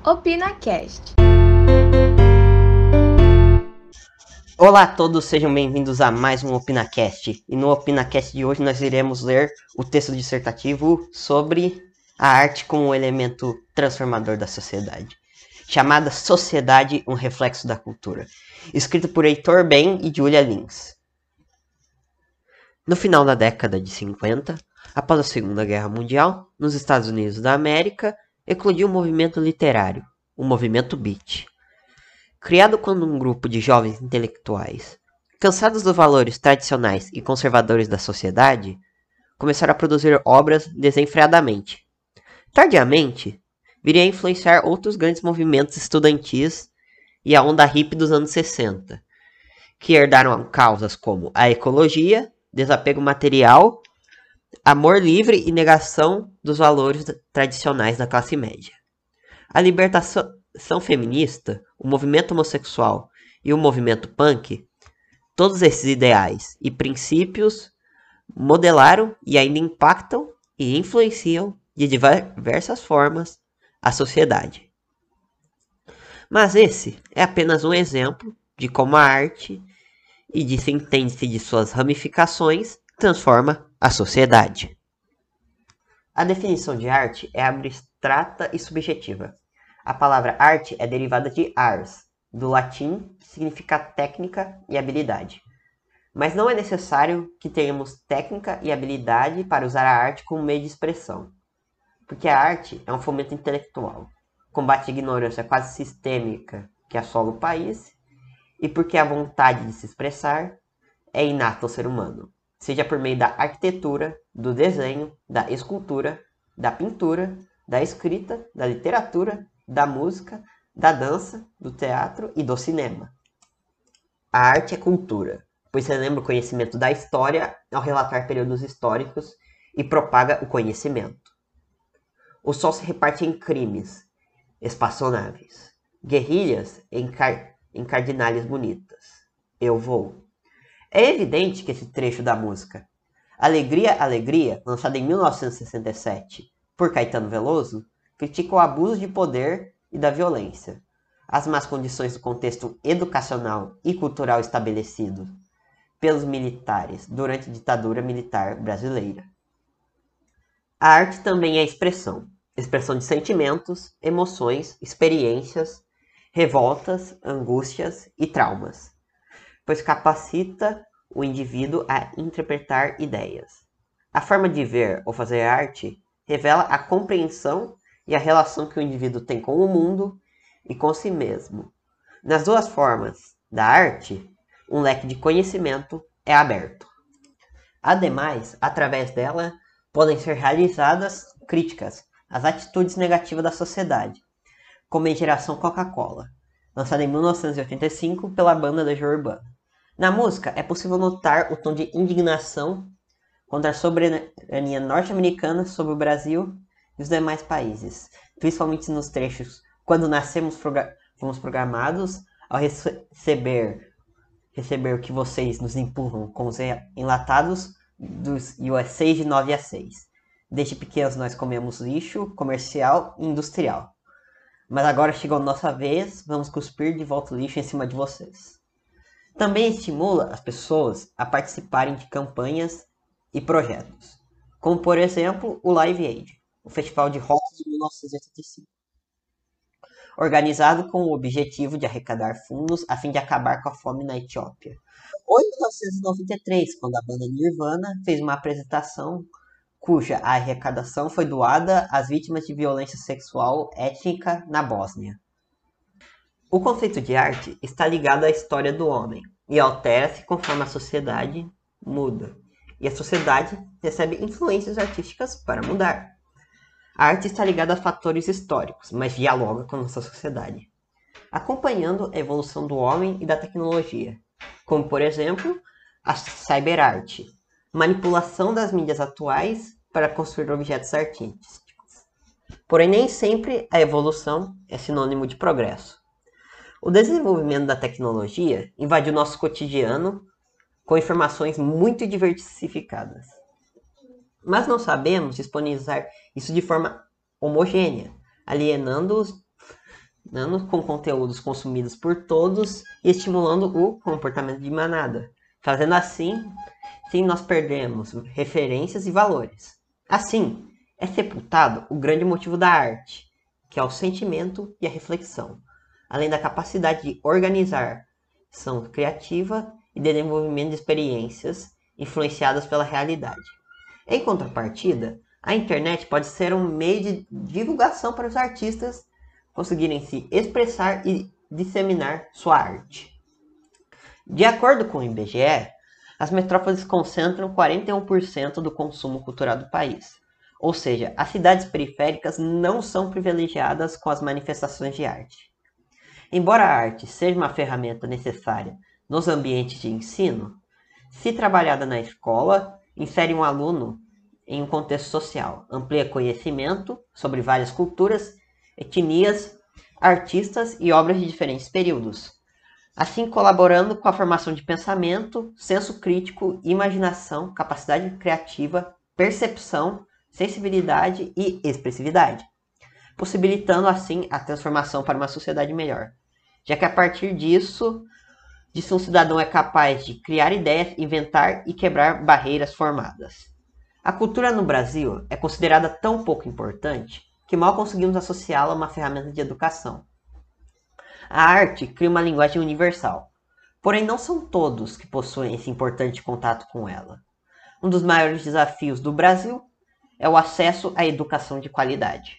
OpinaCast. Olá a todos, sejam bem-vindos a mais um OpinaCast. E no OpinaCast de hoje nós iremos ler o texto dissertativo sobre a arte como um elemento transformador da sociedade, chamada Sociedade, um reflexo da cultura, escrito por Heitor Ben e Julia Lins. No final da década de 50, após a Segunda Guerra Mundial, nos Estados Unidos da América, eclodiu um movimento literário, o movimento Beat. Criado quando um grupo de jovens intelectuais, cansados dos valores tradicionais e conservadores da sociedade, começaram a produzir obras desenfreadamente. Tardiamente, viria a influenciar outros grandes movimentos estudantis e a onda hippie dos anos 60, que herdaram causas como a ecologia, desapego material, amor livre e negação dos valores tradicionais da classe média. A libertação feminista, o movimento homossexual e o movimento punk, todos esses ideais e princípios modelaram e ainda impactam e influenciam de diversas formas a sociedade. Mas esse é apenas um exemplo de como a arte, e disso entende-se de suas ramificações, transforma a sociedade. A definição de arte é abstrata e subjetiva. A palavra arte é derivada de ars, do latim, que significa técnica e habilidade. Mas não é necessário que tenhamos técnica e habilidade para usar a arte como meio de expressão, porque a arte é um fomento intelectual, combate à ignorância quase sistêmica que assola o país, e porque a vontade de se expressar é inata ao ser humano, seja por meio da arquitetura, do desenho, da escultura, da pintura, da escrita, da literatura, da música, da dança, do teatro e do cinema. A arte é cultura, pois relembra o conhecimento da história ao relatar períodos históricos e propaga o conhecimento. O sol se reparte em crimes espaçonáveis, guerrilhas em cardinalhas bonitas. Eu vou. É evidente que esse trecho da música Alegria, Alegria, lançada em 1967 por Caetano Veloso, critica o abuso de poder e da violência, as más condições do contexto educacional e cultural estabelecido pelos militares durante a ditadura militar brasileira. A arte também é expressão de sentimentos, emoções, experiências, revoltas, angústias e traumas, pois capacita o indivíduo a interpretar ideias. A forma de ver ou fazer arte revela a compreensão e a relação que o indivíduo tem com o mundo e com si mesmo. Nas duas formas da arte, um leque de conhecimento é aberto. Ademais, através dela, podem ser realizadas críticas às atitudes negativas da sociedade, como a Geração Coca-Cola, lançada em 1985 pela banda Legião Urbana. Na música, é possível notar o tom de indignação contra a soberania norte-americana sobre o Brasil e os demais países, principalmente nos trechos quando nascemos fomos programados ao receber o que vocês nos empurram com os enlatados dos USA de 9 a 6. Desde pequenos nós comemos lixo comercial e industrial. Mas agora chegou a nossa vez, vamos cuspir de volta o lixo em cima de vocês. Também estimula as pessoas a participarem de campanhas e projetos, como por exemplo o Live Aid, o festival de rock de 1985, organizado com o objetivo de arrecadar fundos a fim de acabar com a fome na Etiópia. Ou em 1993, quando a banda Nirvana fez uma apresentação cuja arrecadação foi doada às vítimas de violência sexual étnica na Bósnia. O conceito de arte está ligado à história do homem e altera-se conforme a sociedade muda, e a sociedade recebe influências artísticas para mudar. A arte está ligada a fatores históricos, mas dialoga com a nossa sociedade, acompanhando a evolução do homem e da tecnologia, como por exemplo a cyberarte, manipulação das mídias atuais para construir objetos artísticos. Porém, nem sempre a evolução é sinônimo de progresso. O desenvolvimento da tecnologia invadiu nosso cotidiano com informações muito diversificadas. Mas não sabemos disponibilizar isso de forma homogênea, alienando-os com conteúdos consumidos por todos e estimulando o comportamento de manada. Fazendo assim, sim, nós perdemos referências e valores. Assim, é sepultado o grande motivo da arte, que é o sentimento e a reflexão, além da capacidade de organizar ação criativa e desenvolvimento de experiências influenciadas pela realidade. Em contrapartida, a internet pode ser um meio de divulgação para os artistas conseguirem se expressar e disseminar sua arte. De acordo com o IBGE, as metrópoles concentram 41% do consumo cultural do país. Ou seja, as cidades periféricas não são privilegiadas com as manifestações de arte. Embora a arte seja uma ferramenta necessária nos ambientes de ensino, se trabalhada na escola, insere um aluno em um contexto social, amplia conhecimento sobre várias culturas, etnias, artistas e obras de diferentes períodos, assim colaborando com a formação de pensamento, senso crítico, imaginação, capacidade criativa, percepção, sensibilidade e expressividade, possibilitando assim a transformação para uma sociedade melhor, já que a partir disso um cidadão é capaz de criar ideias, inventar e quebrar barreiras formadas. A cultura no Brasil é considerada tão pouco importante que mal conseguimos associá-la a uma ferramenta de educação. A arte cria uma linguagem universal, porém não são todos que possuem esse importante contato com ela. Um dos maiores desafios do Brasil é o acesso à educação de qualidade.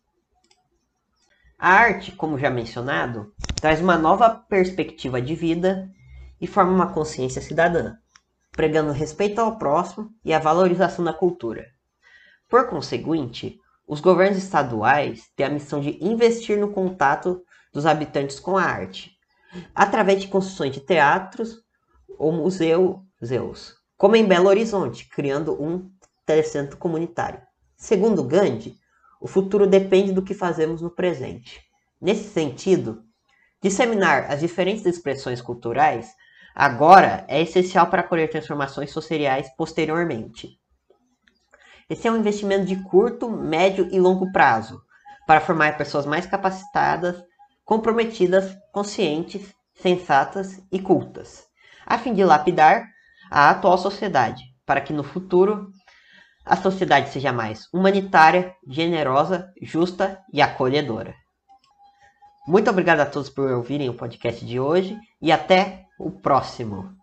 A arte, como já mencionado, traz uma nova perspectiva de vida e forma uma consciência cidadã, pregando respeito ao próximo e a valorização da cultura. Por conseguinte, os governos estaduais têm a missão de investir no contato dos habitantes com a arte, através de construções de teatros ou museus, como em Belo Horizonte, criando um telecentro comunitário. Segundo Gandhi, o futuro depende do que fazemos no presente. Nesse sentido, disseminar as diferentes expressões culturais agora é essencial para colher transformações sociais posteriormente. Esse é um investimento de curto, médio e longo prazo, para formar pessoas mais capacitadas, comprometidas, conscientes, sensatas e cultas, a fim de lapidar a atual sociedade, para que no futuro a sociedade seja mais humanitária, generosa, justa e acolhedora. Muito obrigado a todos por ouvirem o podcast de hoje e até o próximo.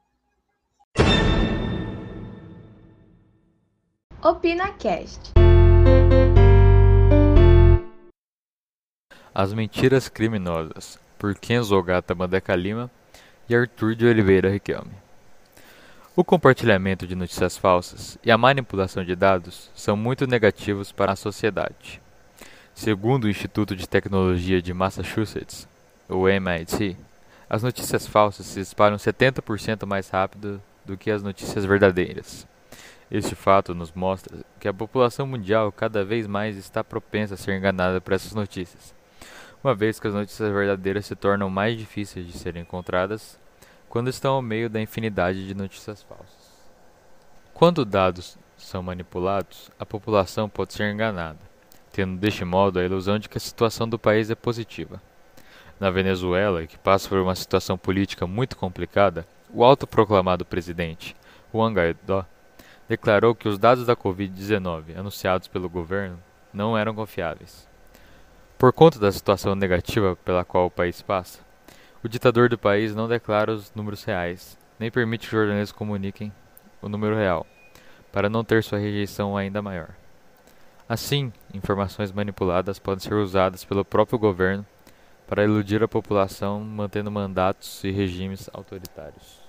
OpinaCast. As Mentiras Criminosas, por Kenzo Gata Bandeca Lima e Arthur de Oliveira Riquelme. O compartilhamento de notícias falsas e a manipulação de dados são muito negativos para a sociedade. Segundo o Instituto de Tecnologia de Massachusetts, o MIT, as notícias falsas se espalham 70% mais rápido do que as notícias verdadeiras. Este fato nos mostra que a população mundial cada vez mais está propensa a ser enganada por essas notícias, uma vez que as notícias verdadeiras se tornam mais difíceis de serem encontradas quando estão ao meio da infinidade de notícias falsas. Quando dados são manipulados, a população pode ser enganada, tendo deste modo a ilusão de que a situação do país é positiva. Na Venezuela, que passa por uma situação política muito complicada, o autoproclamado presidente, Juan Guaidó, declarou que os dados da Covid-19 anunciados pelo governo não eram confiáveis. Por conta da situação negativa pela qual o país passa, o ditador do país não declara os números reais, nem permite que os jornalistas comuniquem o número real, para não ter sua rejeição ainda maior. Assim, informações manipuladas podem ser usadas pelo próprio governo para iludir a população, mantendo mandatos e regimes autoritários.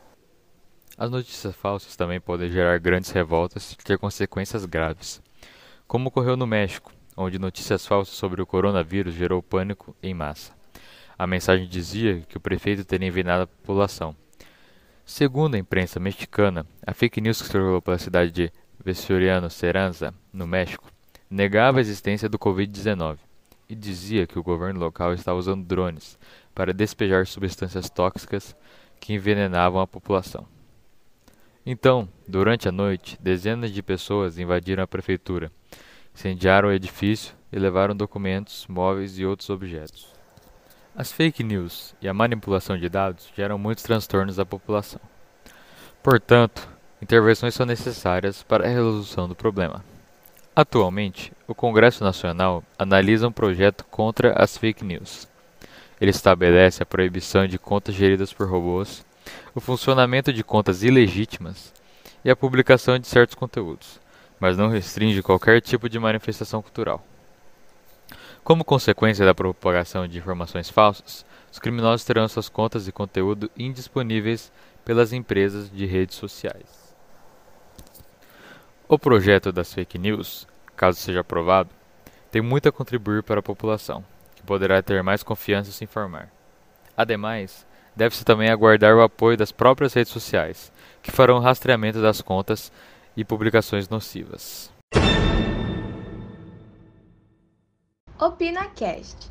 As notícias falsas também podem gerar grandes revoltas e ter consequências graves, como ocorreu no México, onde notícias falsas sobre o coronavírus gerou pânico em massa. A mensagem dizia que o prefeito teria envenenado a população. Segundo a imprensa mexicana, a fake news que circulou pela cidade de Vesuviano Carranza, no México, negava a existência do Covid-19 e dizia que o governo local estava usando drones para despejar substâncias tóxicas que envenenavam a população. Então, durante a noite, dezenas de pessoas invadiram a prefeitura, incendiaram o edifício e levaram documentos, móveis e outros objetos. As fake news e a manipulação de dados geram muitos transtornos à população. Portanto, intervenções são necessárias para a resolução do problema. Atualmente, o Congresso Nacional analisa um projeto contra as fake news. Ele estabelece a proibição de contas geridas por robôs, o funcionamento de contas ilegítimas e a publicação de certos conteúdos, mas não restringe qualquer tipo de manifestação cultural. Como consequência da propagação de informações falsas, os criminosos terão suas contas e conteúdo indisponíveis pelas empresas de redes sociais. O projeto das fake news, caso seja aprovado, tem muito a contribuir para a população, que poderá ter mais confiança em se informar. Ademais, deve-se também aguardar o apoio das próprias redes sociais, que farão o rastreamento das contas e publicações nocivas. OpinaCast.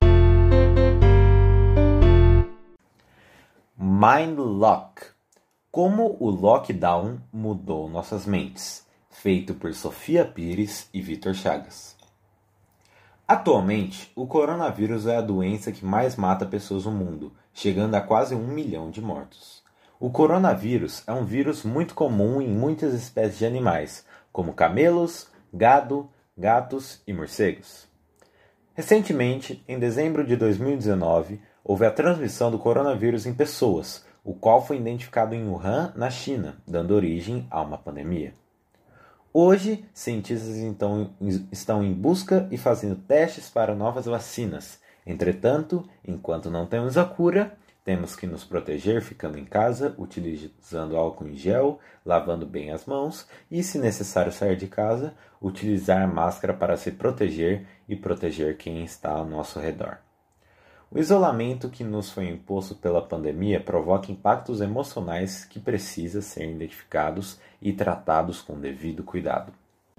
Mindlock. Como o lockdown mudou nossas mentes. Feito por Sofia Pires e Vitor Chagas. Atualmente, o coronavírus é a doença que mais mata pessoas no mundo, chegando a quase 1 milhão de mortos. O coronavírus é um vírus muito comum em muitas espécies de animais, como camelos, gado, gatos e morcegos. Recentemente, em dezembro de 2019, houve a transmissão do coronavírus em pessoas, o qual foi identificado em Wuhan, na China, dando origem a uma pandemia. Hoje, cientistas estão em busca e fazendo testes para novas vacinas. Entretanto, enquanto não temos a cura, temos que nos proteger ficando em casa, utilizando álcool em gel, lavando bem as mãos e, se necessário sair de casa, utilizar máscara para se proteger e proteger quem está ao nosso redor. O isolamento que nos foi imposto pela pandemia provoca impactos emocionais que precisam ser identificados e tratados com devido cuidado.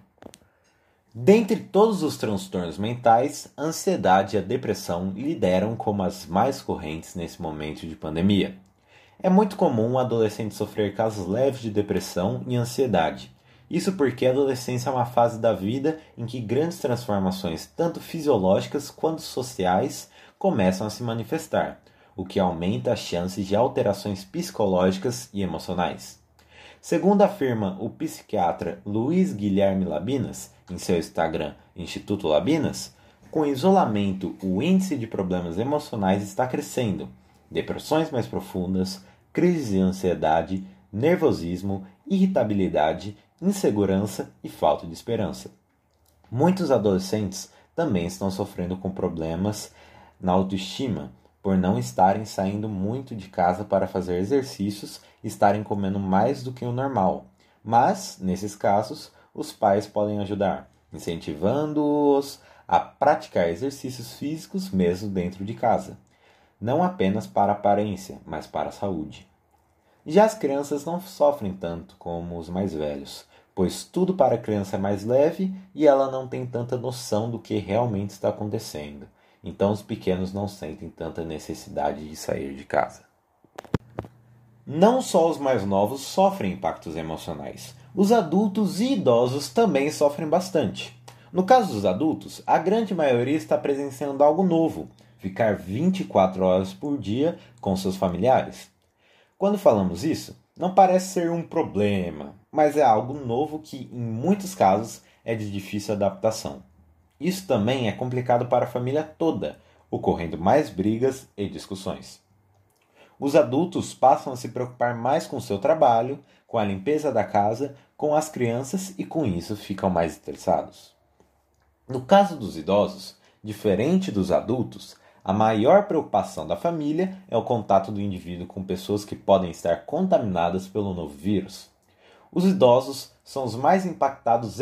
Dentre todos os transtornos mentais, a ansiedade e a depressão lideram como as mais correntes nesse momento de pandemia. É muito comum o adolescente sofrer casos leves de depressão e ansiedade. Isso porque a adolescência é uma fase da vida em que grandes transformações, tanto fisiológicas quanto sociais, começam a se manifestar, o que aumenta as chances de alterações psicológicas e emocionais. Segundo afirma o psiquiatra Luiz Guilherme Labinas, em seu Instagram Instituto Labinas, com o isolamento o índice de problemas emocionais está crescendo, depressões mais profundas, crises de ansiedade, nervosismo, irritabilidade, insegurança e falta de esperança. Muitos adolescentes também estão sofrendo com problemas na autoestima, por não estarem saindo muito de casa para fazer exercícios e estarem comendo mais do que o normal. Mas, nesses casos, os pais podem ajudar, incentivando-os a praticar exercícios físicos mesmo dentro de casa, não apenas para a aparência, mas para a saúde. Já as crianças não sofrem tanto como os mais velhos, pois tudo para a criança é mais leve e ela não tem tanta noção do que realmente está acontecendo. Então os pequenos não sentem tanta necessidade de sair de casa. Não só os mais novos sofrem impactos emocionais. Os adultos e idosos também sofrem bastante. No caso dos adultos, a grande maioria está presenciando algo novo, ficar 24 horas por dia com seus familiares. Quando falamos isso, não parece ser um problema, mas é algo novo que, em muitos casos, é de difícil adaptação. Isso também é complicado para a família toda, ocorrendo mais brigas e discussões. Os adultos passam a se preocupar mais com o seu trabalho, com a limpeza da casa, com as crianças e com isso ficam mais estressados. No caso dos idosos, diferente dos adultos, a maior preocupação da família é o contato do indivíduo com pessoas que podem estar contaminadas pelo novo vírus. Os idosos são os mais impactados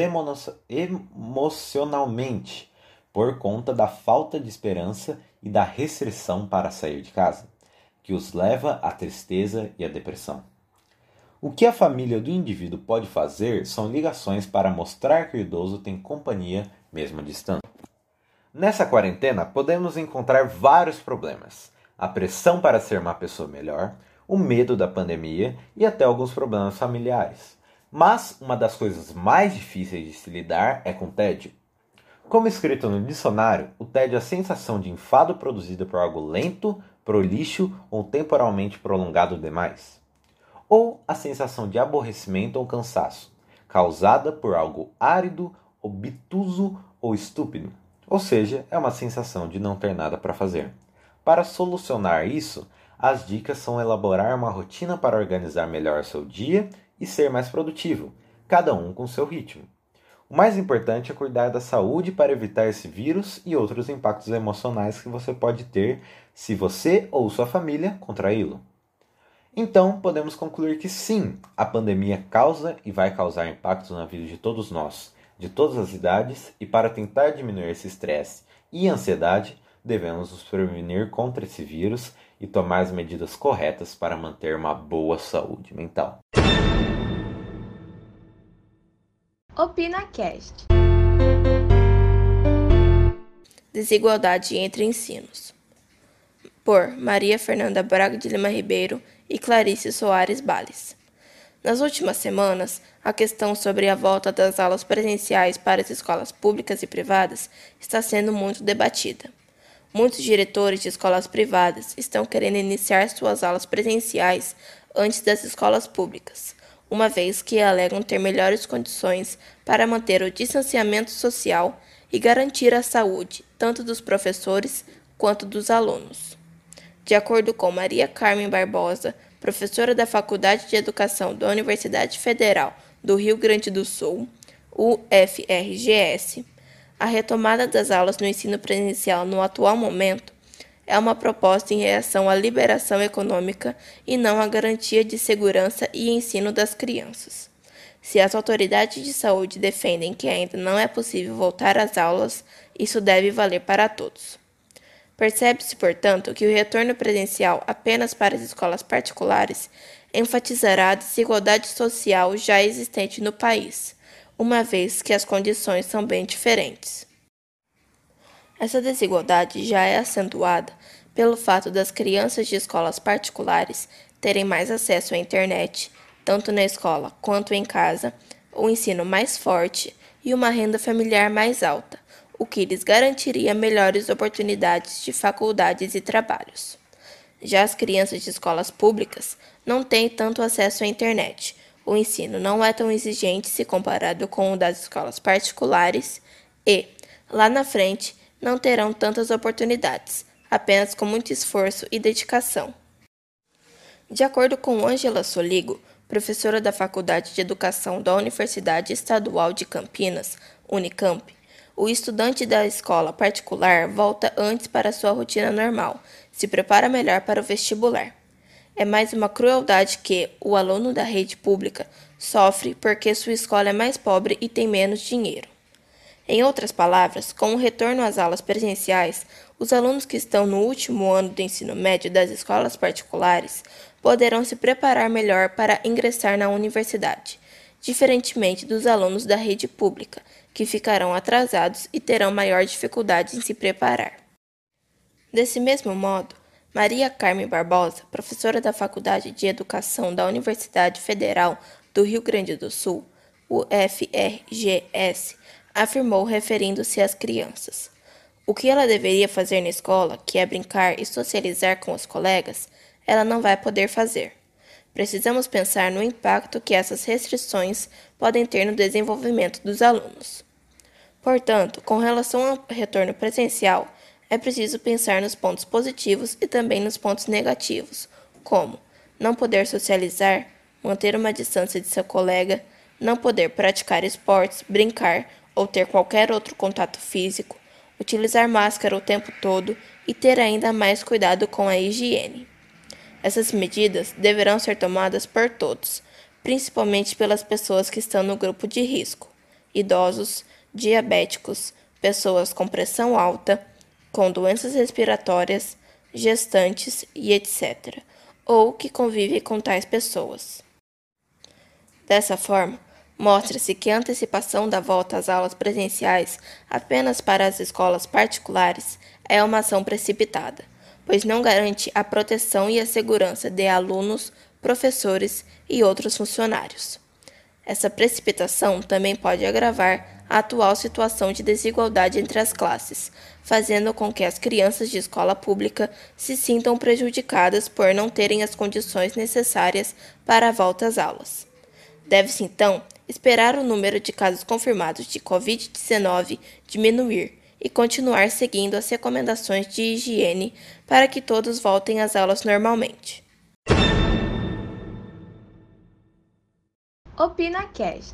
emocionalmente por conta da falta de esperança e da restrição para sair de casa, que os leva à tristeza e à depressão. O que a família do indivíduo pode fazer são ligações para mostrar que o idoso tem companhia mesmo distante. Nessa quarentena, podemos encontrar vários problemas. A pressão para ser uma pessoa melhor, o medo da pandemia e até alguns problemas familiares. Mas uma das coisas mais difíceis de se lidar é com o tédio. Como escrito no dicionário, o tédio é a sensação de enfado produzida por algo lento, prolixo ou temporalmente prolongado demais. Ou a sensação de aborrecimento ou cansaço, causada por algo árido, obtuso ou estúpido. Ou seja, é uma sensação de não ter nada para fazer. Para solucionar isso, as dicas são elaborar uma rotina para organizar melhor seu dia e ser mais produtivo, cada um com seu ritmo. O mais importante é cuidar da saúde para evitar esse vírus e outros impactos emocionais que você pode ter se você ou sua família contraí-lo. Então, podemos concluir que sim, a pandemia causa e vai causar impactos na vida de todos nós, de todas as idades, e para tentar diminuir esse estresse e ansiedade, devemos nos prevenir contra esse vírus e tomar as medidas corretas para manter uma boa saúde mental. OpinaCast. Desigualdade entre ensinos. Por Maria Fernanda Braga de Lima Ribeiro e Clarice Soares Bales. Nas últimas semanas, a questão sobre a volta das aulas presenciais para as escolas públicas e privadas está sendo muito debatida. Muitos diretores de escolas privadas estão querendo iniciar suas aulas presenciais antes das escolas públicas, uma vez que alegam ter melhores condições para manter o distanciamento social e garantir a saúde tanto dos professores quanto dos alunos. De acordo com Maria Carmen Barbosa, professora da Faculdade de Educação da Universidade Federal do Rio Grande do Sul, UFRGS, a retomada das aulas no ensino presencial no atual momento é uma proposta em reação à liberação econômica e não à garantia de segurança e ensino das crianças. Se as autoridades de saúde defendem que ainda não é possível voltar às aulas, isso deve valer para todos. Percebe-se, portanto, que o retorno presencial apenas para as escolas particulares enfatizará a desigualdade social já existente no país, uma vez que as condições são bem diferentes. Essa desigualdade já é acentuada pelo fato das crianças de escolas particulares terem mais acesso à internet, tanto na escola quanto em casa, o ensino mais forte e uma renda familiar mais alta, o que lhes garantiria melhores oportunidades de faculdades e trabalhos. Já as crianças de escolas públicas não têm tanto acesso à internet, o ensino não é tão exigente se comparado com o das escolas particulares e, lá na frente, não terão tantas oportunidades, apenas com muito esforço e dedicação. De acordo com Ângela Soligo, professora da Faculdade de Educação da Universidade Estadual de Campinas, Unicamp, o estudante da escola particular volta antes para sua rotina normal, se prepara melhor para o vestibular. É mais uma crueldade que o aluno da rede pública sofre porque sua escola é mais pobre e tem menos dinheiro. Em outras palavras, com o retorno às aulas presenciais, os alunos que estão no último ano do ensino médio das escolas particulares poderão se preparar melhor para ingressar na universidade, diferentemente dos alunos da rede pública, que ficarão atrasados e terão maior dificuldade em se preparar. Desse mesmo modo, Maria Carmen Barbosa, professora da Faculdade de Educação da Universidade Federal do Rio Grande do Sul, UFRGS, afirmou referindo-se às crianças. O que ela deveria fazer na escola, que é brincar e socializar com os colegas, ela não vai poder fazer. Precisamos pensar no impacto que essas restrições podem ter no desenvolvimento dos alunos. Portanto, com relação ao retorno presencial, é preciso pensar nos pontos positivos e também nos pontos negativos, como não poder socializar, manter uma distância de seu colega, não poder praticar esportes, brincar ou ter qualquer outro contato físico, utilizar máscara o tempo todo e ter ainda mais cuidado com a higiene. Essas medidas deverão ser tomadas por todos, principalmente pelas pessoas que estão no grupo de risco, idosos, diabéticos, pessoas com pressão alta, com doenças respiratórias, gestantes e etc., ou que convivem com tais pessoas. Dessa forma, mostra-se que a antecipação da volta às aulas presenciais apenas para as escolas particulares é uma ação precipitada, pois não garante a proteção e a segurança de alunos, professores e outros funcionários. Essa precipitação também pode agravar a atual situação de desigualdade entre as classes, fazendo com que as crianças de escola pública se sintam prejudicadas por não terem as condições necessárias para a volta às aulas. Deve-se, então, esperar o número de casos confirmados de Covid-19 diminuir e continuar seguindo as recomendações de higiene para que todos voltem às aulas normalmente. OpinaCast.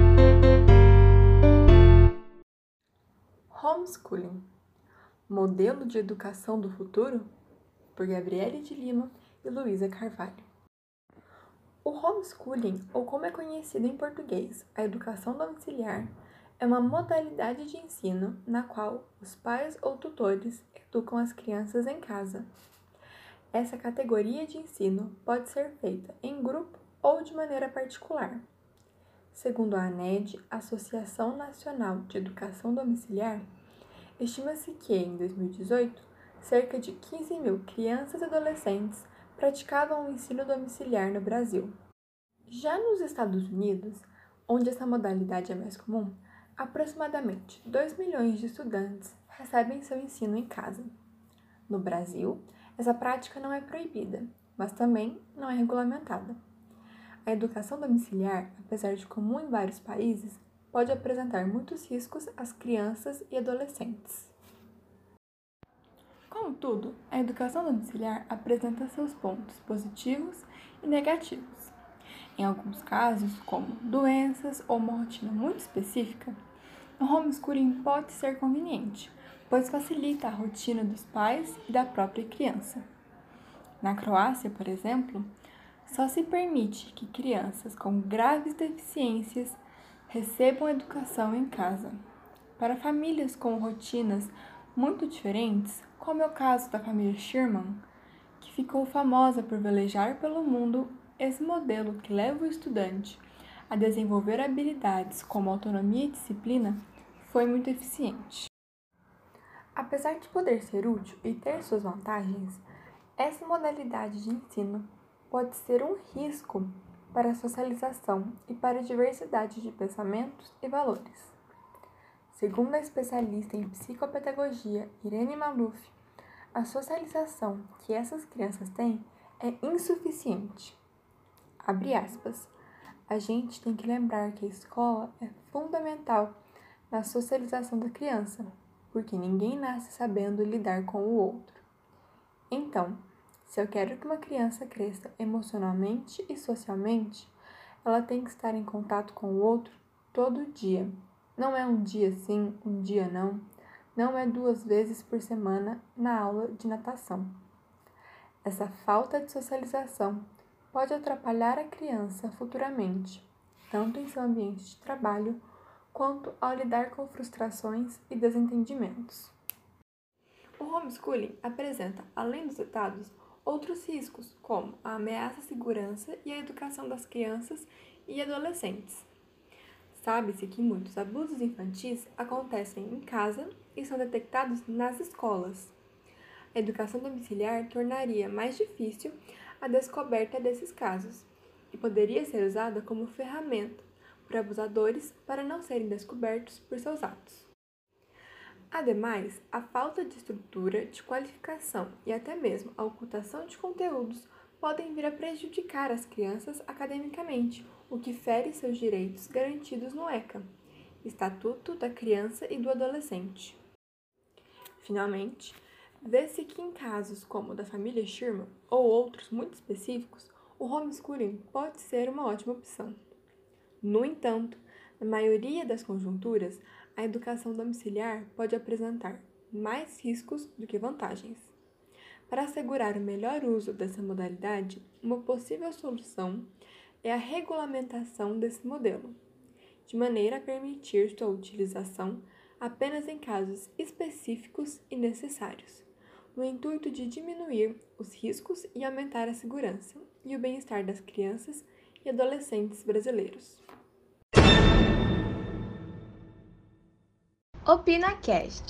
Homeschooling. Modelo de educação do futuro? Por Gabriele de Lima e Luísa Carvalho. O homeschooling, ou como é conhecido em português, a educação domiciliar, é uma modalidade de ensino na qual os pais ou tutores educam as crianças em casa. Essa categoria de ensino pode ser feita em grupo ou de maneira particular. Segundo a ANED, Associação Nacional de Educação Domiciliar, estima-se que, em 2018, cerca de 15 mil crianças e adolescentes praticavam o ensino domiciliar no Brasil. Já nos Estados Unidos, onde essa modalidade é mais comum, aproximadamente 2 milhões de estudantes recebem seu ensino em casa. No Brasil, essa prática não é proibida, mas também não é regulamentada. A educação domiciliar, apesar de comum em vários países, pode apresentar muitos riscos às crianças e adolescentes. Contudo, a educação domiciliar apresenta seus pontos positivos e negativos. Em alguns casos, como doenças ou uma rotina muito específica, o homeschooling pode ser conveniente, pois facilita a rotina dos pais e da própria criança. Na Croácia, por exemplo, só se permite que crianças com graves deficiências recebam educação em casa. Para famílias com rotinas muito diferentes, como é o caso da família Sherman, que ficou famosa por velejar pelo mundo, esse modelo que leva o estudante a desenvolver habilidades como autonomia e disciplina foi muito eficiente. Apesar de poder ser útil e ter suas vantagens, essa modalidade de ensino pode ser um risco para a socialização e para a diversidade de pensamentos e valores. Segundo a especialista em psicopedagogia Irene Maluf, a socialização que essas crianças têm é insuficiente. Abre aspas. A gente tem que lembrar que a escola é fundamental na socialização da criança, porque ninguém nasce sabendo lidar com o outro. Então, se eu quero que uma criança cresça emocionalmente e socialmente, ela tem que estar em contato com o outro todo dia. Não é um dia sim, um dia não. Não é 2 vezes por semana na aula de natação. Essa falta de socialização pode atrapalhar a criança futuramente, tanto em seu ambiente de trabalho, quanto ao lidar com frustrações e desentendimentos. O homeschooling apresenta, além dos citados, outros riscos, como a ameaça à segurança e à educação das crianças e adolescentes. Sabe-se que muitos abusos infantis acontecem em casa e são detectados nas escolas. A educação domiciliar tornaria mais difícil a descoberta desses casos e poderia ser usada como ferramenta por abusadores para não serem descobertos por seus atos. Ademais, a falta de estrutura, de qualificação e até mesmo a ocultação de conteúdos podem vir a prejudicar as crianças academicamente, o que fere seus direitos garantidos no ECA, Estatuto da Criança e do Adolescente. Finalmente, vê-se que em casos como o da família Sherman ou outros muito específicos, o homeschooling pode ser uma ótima opção. No entanto, na maioria das conjunturas, a educação domiciliar pode apresentar mais riscos do que vantagens. Para assegurar o melhor uso dessa modalidade, uma possível solução é a regulamentação desse modelo, de maneira a permitir sua utilização apenas em casos específicos e necessários, no intuito de diminuir os riscos e aumentar a segurança e o bem-estar das crianças e adolescentes brasileiros. OpinaCast.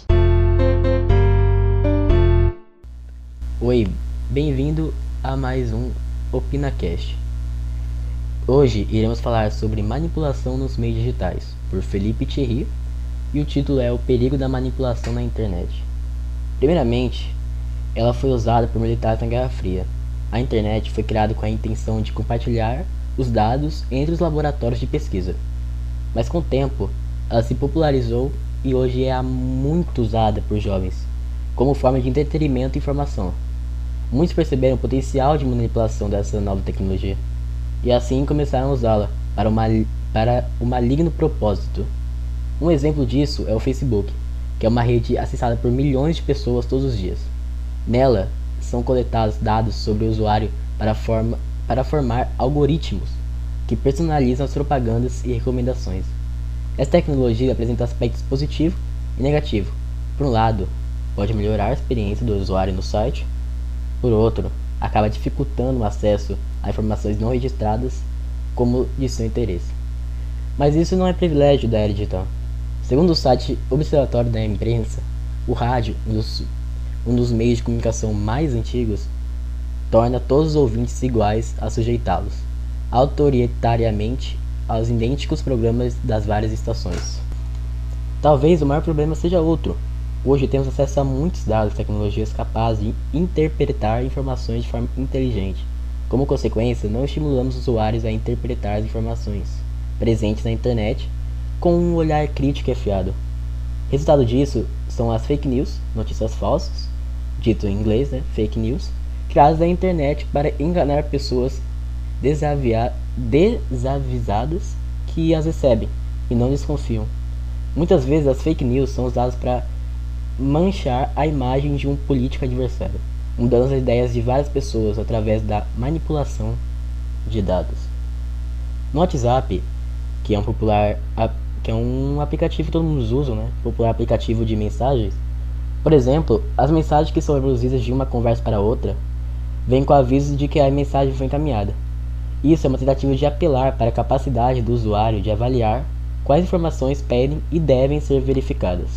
Oi, bem-vindo a mais um OpinaCast. Hoje iremos falar sobre manipulação nos meios digitais, por Felipe Thierry e o título é O Perigo da Manipulação na Internet. Primeiramente, ela foi usada por militares na Guerra Fria. A internet foi criada com a intenção de compartilhar os dados entre os laboratórios de pesquisa. Mas com o tempo, ela se popularizou e hoje é muito usada por jovens, como forma de entretenimento e informação. Muitos perceberam o potencial de manipulação dessa nova tecnologia, e assim começaram a usá-la para o maligno propósito. Um exemplo disso é o Facebook, que é uma rede acessada por milhões de pessoas todos os dias. Nela, são coletados dados sobre o usuário para formar algoritmos que personalizam as propagandas e recomendações. Essa tecnologia apresenta aspectos positivos e negativos. Por um lado, pode melhorar a experiência do usuário no site. Por outro, acaba dificultando o acesso a informações não registradas como de seu interesse. Mas isso não é privilégio da era digital. Segundo o site Observatório da Imprensa, o rádio, um dos meios de comunicação mais antigos, torna todos os ouvintes iguais a sujeitá-los, autoritariamente, aos idênticos programas das várias estações. Talvez o maior problema seja outro. Hoje temos acesso a muitos dados e tecnologias capazes de interpretar informações de forma inteligente. Como consequência, não estimulamos os usuários a interpretar as informações presentes na internet com um olhar crítico e afiado. Resultado disso são as fake news, notícias falsas, dito em inglês, fake news, criadas na internet para enganar pessoas desavisadas que as recebem e não desconfiam. Muitas vezes as fake news são usadas para manchar a imagem de um político adversário, mudando as ideias de várias pessoas através da manipulação de dados. No WhatsApp, que é um aplicativo que todo mundo usa, popular aplicativo de mensagens, por exemplo, as mensagens que são reproduzidas de uma conversa para outra vêm com aviso de que a mensagem foi encaminhada. Isso é uma tentativa de apelar para a capacidade do usuário de avaliar quais informações podem e devem ser verificadas.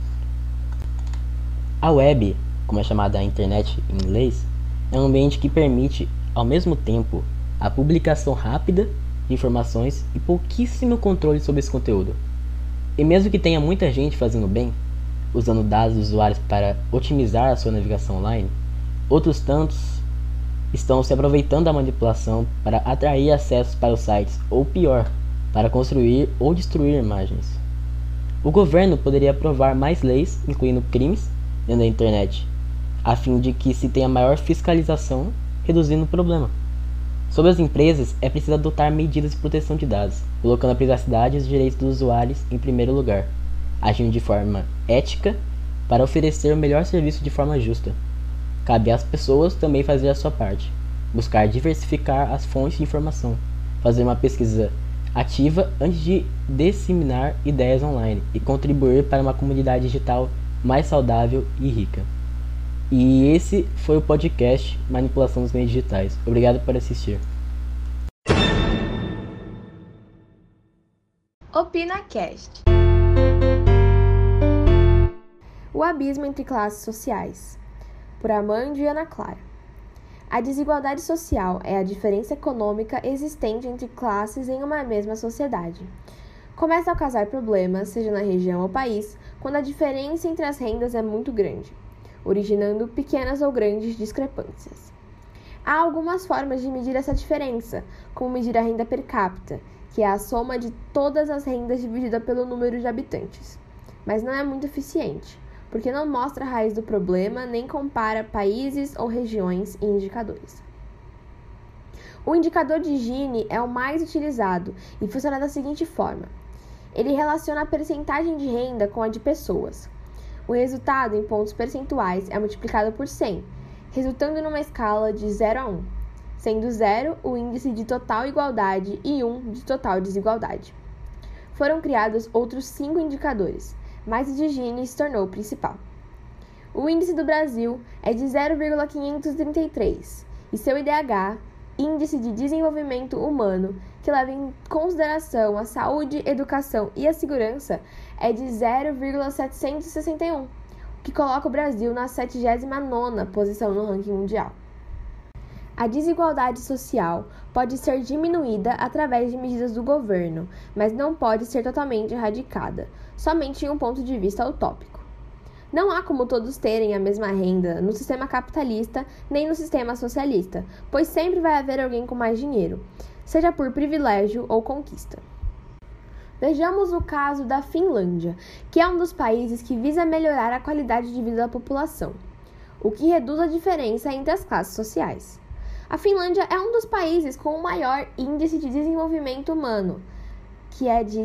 A web, como é chamada a internet em inglês, é um ambiente que permite, ao mesmo tempo, a publicação rápida de informações e pouquíssimo controle sobre esse conteúdo. E mesmo que tenha muita gente fazendo bem, usando dados dos usuários para otimizar a sua navegação online, outros tantos estão se aproveitando da manipulação para atrair acessos para os sites, ou pior, para construir ou destruir imagens. O governo poderia aprovar mais leis, incluindo crimes, dentro da internet, a fim de que se tenha maior fiscalização, reduzindo o problema. Sobre as empresas, é preciso adotar medidas de proteção de dados, colocando a privacidade e os direitos dos usuários em primeiro lugar, agindo de forma ética para oferecer o melhor serviço de forma justa. Cabe às pessoas também fazer a sua parte, buscar diversificar as fontes de informação, fazer uma pesquisa ativa antes de disseminar ideias online e contribuir para uma comunidade digital mais saudável e rica. E esse foi o podcast Manipulação dos Meios Digitais. Obrigado por assistir. OpinaCast. O abismo entre classes sociais, por Amanda e Ana Clara. A desigualdade social é a diferença econômica existente entre classes em uma mesma sociedade. Começa a causar problemas, seja na região ou país, quando a diferença entre as rendas é muito grande, originando pequenas ou grandes discrepâncias. Há algumas formas de medir essa diferença, como medir a renda per capita, que é a soma de todas as rendas dividida pelo número de habitantes. Mas não é muito eficiente, porque não mostra a raiz do problema nem compara países ou regiões e indicadores. O indicador de Gini é o mais utilizado e funciona da seguinte forma. Ele relaciona a percentagem de renda com a de pessoas. O resultado em pontos percentuais é multiplicado por 100, resultando numa escala de 0 a 1, sendo 0 o índice de total igualdade e 1 de total desigualdade. Foram criados outros 5 indicadores, mas o de Gini se tornou o principal. O índice do Brasil é de 0,533 e seu IDH, Índice de Desenvolvimento Humano, que leva em consideração a saúde, educação e a segurança, é de 0,761, o que coloca o Brasil na 79ª posição no ranking mundial. A desigualdade social pode ser diminuída através de medidas do governo, mas não pode ser totalmente erradicada, somente em um ponto de vista utópico. Não há como todos terem a mesma renda no sistema capitalista nem no sistema socialista, pois sempre vai haver alguém com mais dinheiro, seja por privilégio ou conquista. Vejamos o caso da Finlândia, que é um dos países que visa melhorar a qualidade de vida da população, o que reduz a diferença entre as classes sociais. A Finlândia é um dos países com o maior índice de desenvolvimento humano, que é de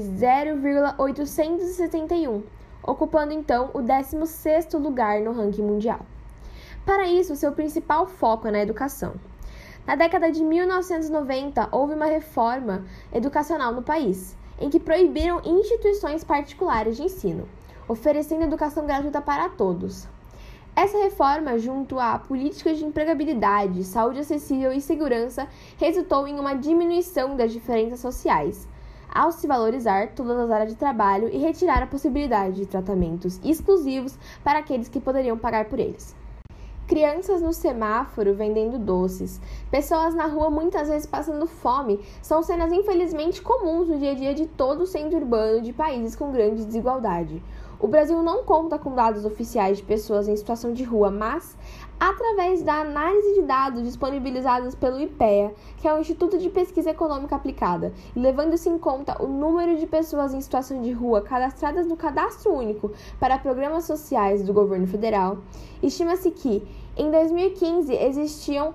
0,871, ocupando então o 16º lugar no ranking mundial. Para isso, seu principal foco é na educação. Na década de 1990, houve uma reforma educacional no país, em que proibiram instituições particulares de ensino, oferecendo educação gratuita para todos. Essa reforma, junto a políticas de empregabilidade, saúde acessível e segurança, resultou em uma diminuição das diferenças sociais, ao se valorizar todas as áreas de trabalho e retirar a possibilidade de tratamentos exclusivos para aqueles que poderiam pagar por eles. Crianças no semáforo vendendo doces, pessoas na rua muitas vezes passando fome, são cenas infelizmente comuns no dia a dia de todo o centro urbano de países com grande desigualdade. O Brasil não conta com dados oficiais de pessoas em situação de rua, mas, através da análise de dados disponibilizados pelo IPEA, que é o Instituto de Pesquisa Econômica Aplicada, e levando-se em conta o número de pessoas em situação de rua cadastradas no Cadastro Único para programas sociais do governo federal, estima-se que, em 2015, existiam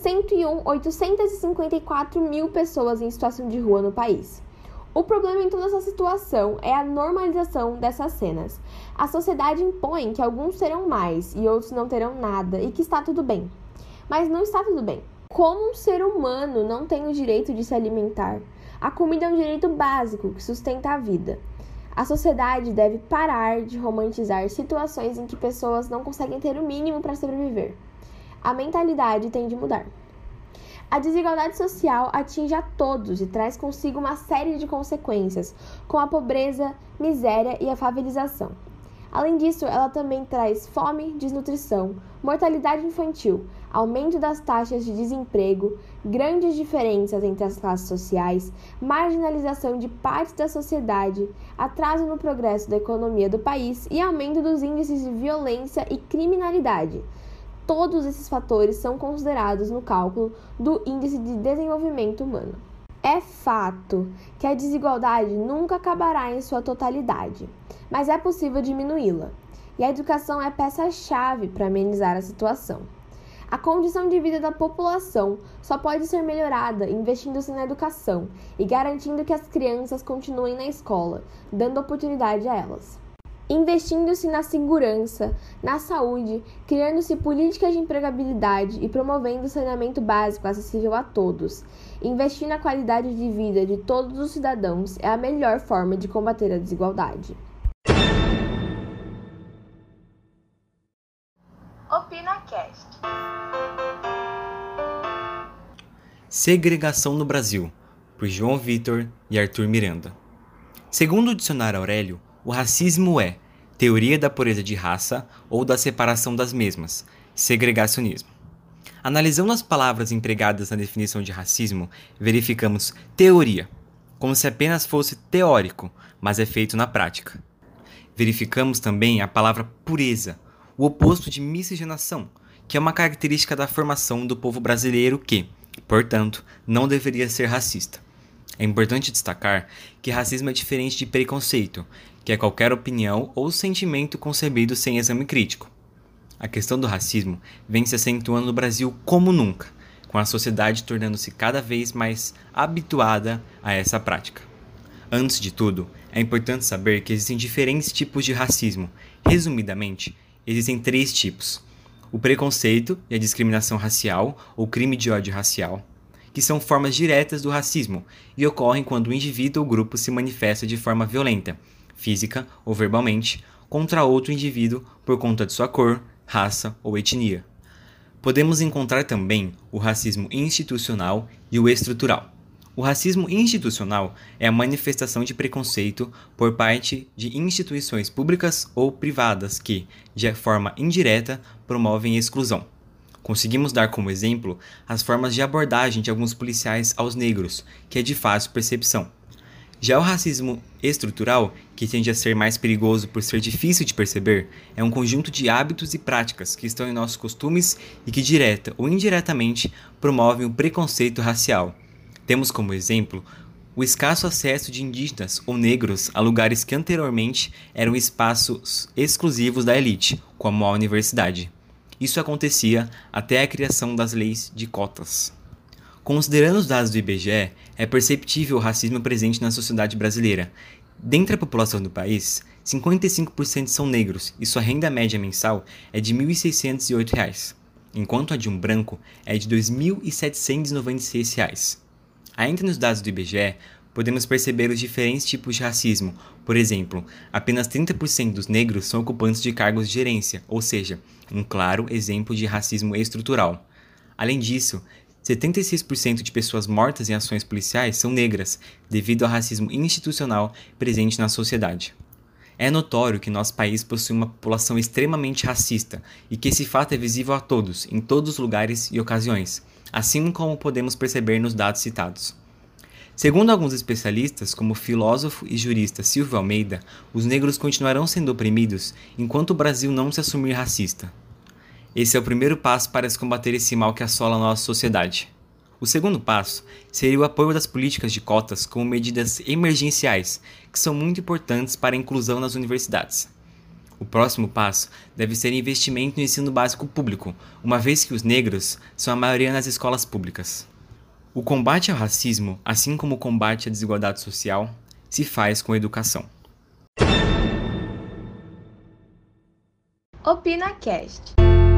101.854 mil pessoas em situação de rua no país. O problema em toda essa situação é a normalização dessas cenas. A sociedade impõe que alguns terão mais e outros não terão nada e que está tudo bem. Mas não está tudo bem. Como um ser humano não tem o direito de se alimentar? A comida é um direito básico que sustenta a vida. A sociedade deve parar de romantizar situações em que pessoas não conseguem ter o mínimo para sobreviver. A mentalidade tem de mudar. A desigualdade social atinge a todos e traz consigo uma série de consequências, como a pobreza, miséria e a favelização. Além disso, ela também traz fome, desnutrição, mortalidade infantil, aumento das taxas de desemprego, grandes diferenças entre as classes sociais, marginalização de partes da sociedade, atraso no progresso da economia do país e aumento dos índices de violência e criminalidade. Todos esses fatores são considerados no cálculo do Índice de Desenvolvimento Humano. É fato que a desigualdade nunca acabará em sua totalidade, mas é possível diminuí-la, e a educação é peça-chave para amenizar a situação. A condição de vida da população só pode ser melhorada investindo-se na educação e garantindo que as crianças continuem na escola, dando oportunidade a elas. Investindo-se na segurança, na saúde, criando-se políticas de empregabilidade e promovendo o saneamento básico acessível a todos. Investir na qualidade de vida de todos os cidadãos é a melhor forma de combater a desigualdade. OpinaCast. Segregação no Brasil, por João Vitor e Arthur Miranda. Segundo o dicionário Aurélio, o racismo é teoria da pureza de raça ou da separação das mesmas, segregacionismo. Analisando as palavras empregadas na definição de racismo, verificamos teoria, como se apenas fosse teórico, mas é feito na prática. Verificamos também a palavra pureza, o oposto de miscigenação, que é uma característica da formação do povo brasileiro que, portanto, não deveria ser racista. É importante destacar que racismo é diferente de preconceito, que é qualquer opinião ou sentimento concebido sem exame crítico. A questão do racismo vem se acentuando no Brasil como nunca, com a sociedade tornando-se cada vez mais habituada a essa prática. Antes de tudo, é importante saber que existem diferentes tipos de racismo. Resumidamente, existem 3 tipos: o preconceito e a discriminação racial ou crime de ódio racial, que são formas diretas do racismo e ocorrem quando o indivíduo ou grupo se manifesta de forma violenta, física ou verbalmente, contra outro indivíduo por conta de sua cor, raça ou etnia. Podemos encontrar também o racismo institucional e o estrutural. O racismo institucional é a manifestação de preconceito por parte de instituições públicas ou privadas que, de forma indireta, promovem exclusão. Conseguimos dar como exemplo as formas de abordagem de alguns policiais aos negros, que é de fácil percepção. Já o racismo estrutural, que tende a ser mais perigoso por ser difícil de perceber, é um conjunto de hábitos e práticas que estão em nossos costumes e que, direta ou indiretamente, promovem o preconceito racial. Temos como exemplo o escasso acesso de indígenas ou negros a lugares que anteriormente eram espaços exclusivos da elite, como a universidade. Isso acontecia até a criação das leis de cotas. Considerando os dados do IBGE, é perceptível o racismo presente na sociedade brasileira. Dentre a população do país, 55% são negros e sua renda média mensal é de R$ 1.608, enquanto a de um branco é de R$ 2.796. Ainda nos dados do IBGE, podemos perceber os diferentes tipos de racismo. Por exemplo, apenas 30% dos negros são ocupantes de cargos de gerência, ou seja, um claro exemplo de racismo estrutural. Além disso, 76% de pessoas mortas em ações policiais são negras, devido ao racismo institucional presente na sociedade. É notório que nosso país possui uma população extremamente racista e que esse fato é visível a todos, em todos os lugares e ocasiões, assim como podemos perceber nos dados citados. Segundo alguns especialistas, como o filósofo e jurista Silvio Almeida, os negros continuarão sendo oprimidos enquanto o Brasil não se assumir racista. Esse é o primeiro passo para se combater esse mal que assola a nossa sociedade. O segundo passo seria o apoio das políticas de cotas como medidas emergenciais, que são muito importantes para a inclusão nas universidades. O próximo passo deve ser investimento no ensino básico público, uma vez que os negros são a maioria nas escolas públicas. O combate ao racismo, assim como o combate à desigualdade social, se faz com educação. OpinaCast.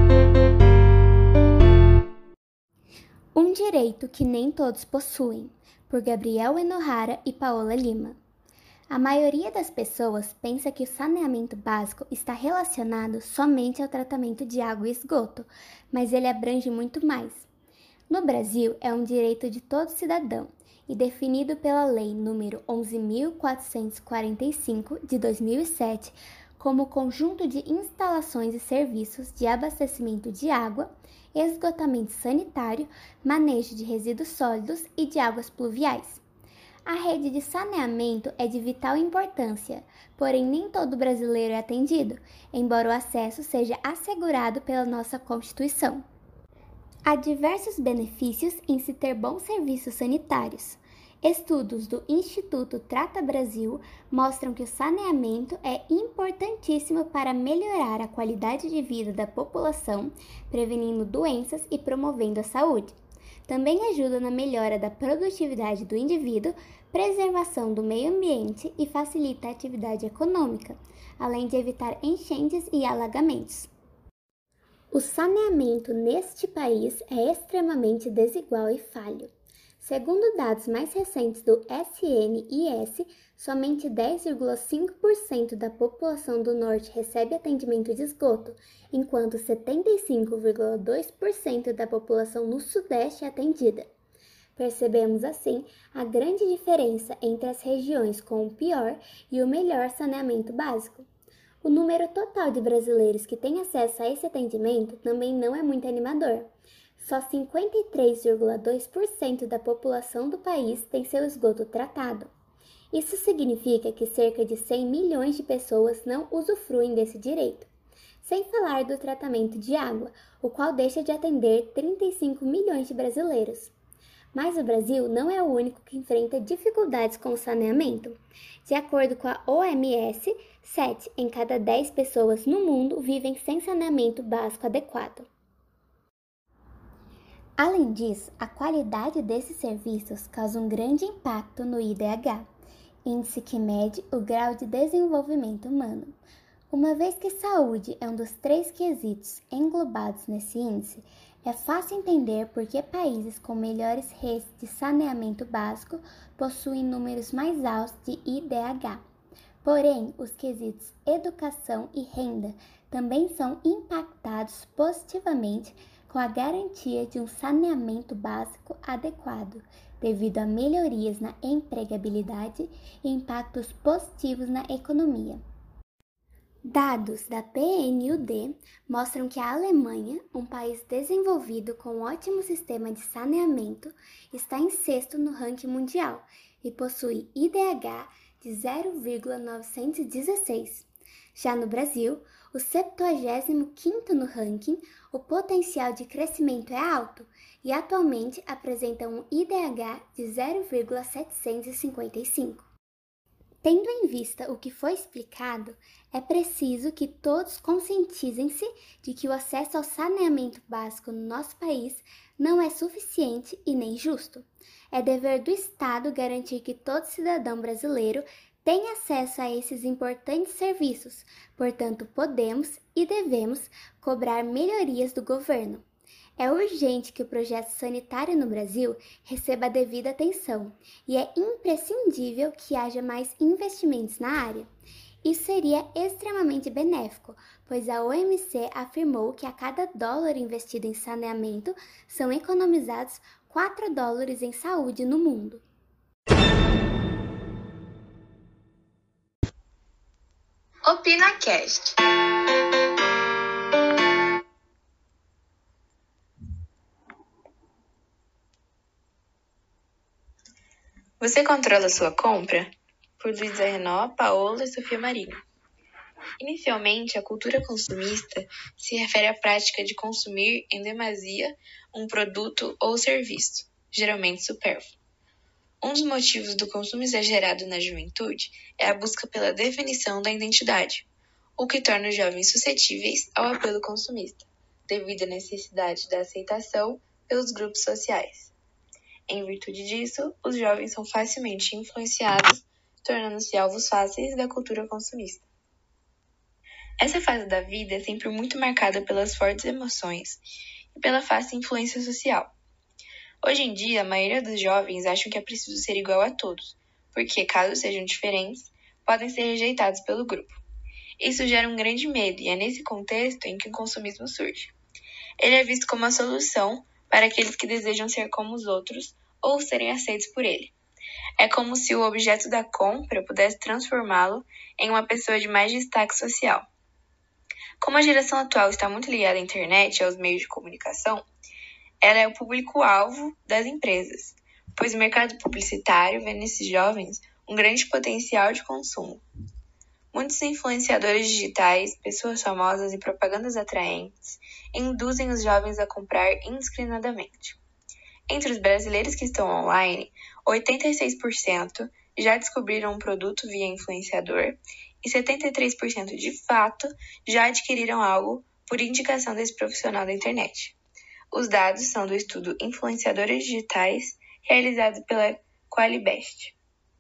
Um direito que nem todos possuem, por Gabriel Enohara e Paola Lima. A maioria das pessoas pensa que o saneamento básico está relacionado somente ao tratamento de água e esgoto, mas ele abrange muito mais. No Brasil, é um direito de todo cidadão e definido pela Lei nº 11.445, de 2007, como conjunto de instalações e serviços de abastecimento de água, esgotamento sanitário, manejo de resíduos sólidos e de águas pluviais. A rede de saneamento é de vital importância, porém nem todo brasileiro é atendido, embora o acesso seja assegurado pela nossa Constituição. Há diversos benefícios em se ter bons serviços sanitários. Estudos do Instituto Trata Brasil mostram que o saneamento é importantíssimo para melhorar a qualidade de vida da população, prevenindo doenças e promovendo a saúde. Também ajuda na melhora da produtividade do indivíduo, preservação do meio ambiente e facilita a atividade econômica, além de evitar enchentes e alagamentos. O saneamento neste país é extremamente desigual e falho. Segundo dados mais recentes do SNIS, somente 10,5% da população do Norte recebe atendimento de esgoto, enquanto 75,2% da população no Sudeste é atendida. Percebemos, assim, a grande diferença entre as regiões com o pior e o melhor saneamento básico. O número total de brasileiros que têm acesso a esse atendimento também não é muito animador. Só 53,2% da população do país tem seu esgoto tratado. Isso significa que cerca de 100 milhões de pessoas não usufruem desse direito. Sem falar do tratamento de água, o qual deixa de atender 35 milhões de brasileiros. Mas o Brasil não é o único que enfrenta dificuldades com o saneamento. De acordo com a OMS, 7 em cada 10 pessoas no mundo vivem sem saneamento básico adequado. Além disso, a qualidade desses serviços causa um grande impacto no IDH, índice que mede o grau de desenvolvimento humano. Uma vez que saúde é um dos 3 quesitos englobados nesse índice, é fácil entender por que países com melhores redes de saneamento básico possuem números mais altos de IDH. Porém, os quesitos educação e renda também são impactados positivamente com a garantia de um saneamento básico adequado, devido a melhorias na empregabilidade e impactos positivos na economia. Dados da PNUD mostram que a Alemanha, um país desenvolvido com um ótimo sistema de saneamento, está em sexto no ranking mundial e possui IDH de 0,916. Já no Brasil, o 75º no ranking, o potencial de crescimento é alto e atualmente apresenta um IDH de 0,755. Tendo em vista o que foi explicado, é preciso que todos conscientizem-se de que o acesso ao saneamento básico no nosso país não é suficiente e nem justo. É dever do Estado garantir que todo cidadão brasileiro tenha acesso a esses importantes serviços, portanto, podemos e devemos cobrar melhorias do governo. É urgente que o projeto sanitário no Brasil receba a devida atenção e é imprescindível que haja mais investimentos na área. Isso seria extremamente benéfico, pois a OMC afirmou que a cada dólar investido em saneamento são economizados 4 dólares em saúde no mundo. OpinaCast. Você controla sua compra? Por Luísa Renault, Paola e Sofia Marinho. Inicialmente, a cultura consumista se refere à prática de consumir em demasia um produto ou serviço, geralmente supérfluo. Um dos motivos do consumo exagerado na juventude é a busca pela definição da identidade, o que torna os jovens suscetíveis ao apelo consumista, devido à necessidade da aceitação pelos grupos sociais. Em virtude disso, os jovens são facilmente influenciados, tornando-se alvos fáceis da cultura consumista. Essa fase da vida é sempre muito marcada pelas fortes emoções e pela fácil influência social. Hoje em dia, a maioria dos jovens acham que é preciso ser igual a todos, porque, caso sejam diferentes, podem ser rejeitados pelo grupo. Isso gera um grande medo e é nesse contexto em que o consumismo surge. Ele é visto como a solução para aqueles que desejam ser como os outros ou serem aceitos por ele. É como se o objeto da compra pudesse transformá-lo em uma pessoa de mais destaque social. Como a geração atual está muito ligada à internet e aos meios de comunicação, ela é o público-alvo das empresas, pois o mercado publicitário vê nesses jovens um grande potencial de consumo. Muitos influenciadores digitais, pessoas famosas e propagandas atraentes induzem os jovens a comprar indiscriminadamente. Entre os brasileiros que estão online, 86% já descobriram um produto via influenciador e 73% de fato já adquiriram algo por indicação desse profissional da internet. Os dados são do estudo Influenciadores Digitais, realizado pela Qualibest.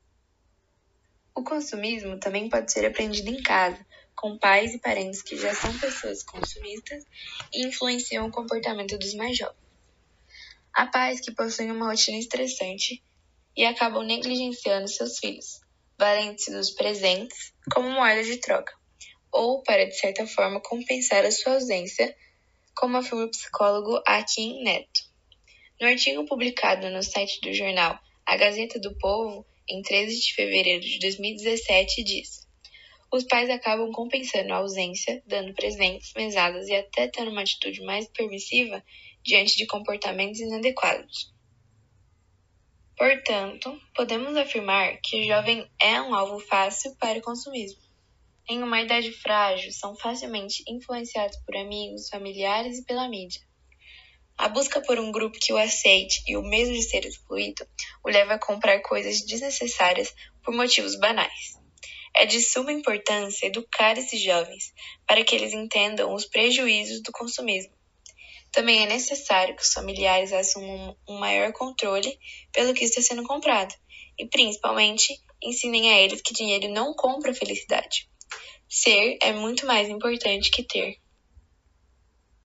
O consumismo também pode ser aprendido em casa, com pais e parentes que já são pessoas consumistas e influenciam o comportamento dos mais jovens. Há pais que possuem uma rotina estressante e acabam negligenciando seus filhos, valendo-se dos presentes como moeda de troca, ou para, de certa forma, compensar a sua ausência, como afirma o psicólogo Akin Neto. No artigo publicado no site do jornal A Gazeta do Povo, em 13 de fevereiro de 2017, diz: os pais acabam compensando a ausência, dando presentes, mesadas e até tendo uma atitude mais permissiva diante de comportamentos inadequados. Portanto, podemos afirmar que o jovem é um alvo fácil para o consumismo. Em uma idade frágil, são facilmente influenciados por amigos, familiares e pela mídia. A busca por um grupo que o aceite e o medo de ser excluído o leva a comprar coisas desnecessárias por motivos banais. É de suma importância educar esses jovens para que eles entendam os prejuízos do consumismo. Também é necessário que os familiares assumam um maior controle pelo que está sendo comprado e, principalmente, ensinem a eles que dinheiro não compra felicidade. Ser é muito mais importante que ter.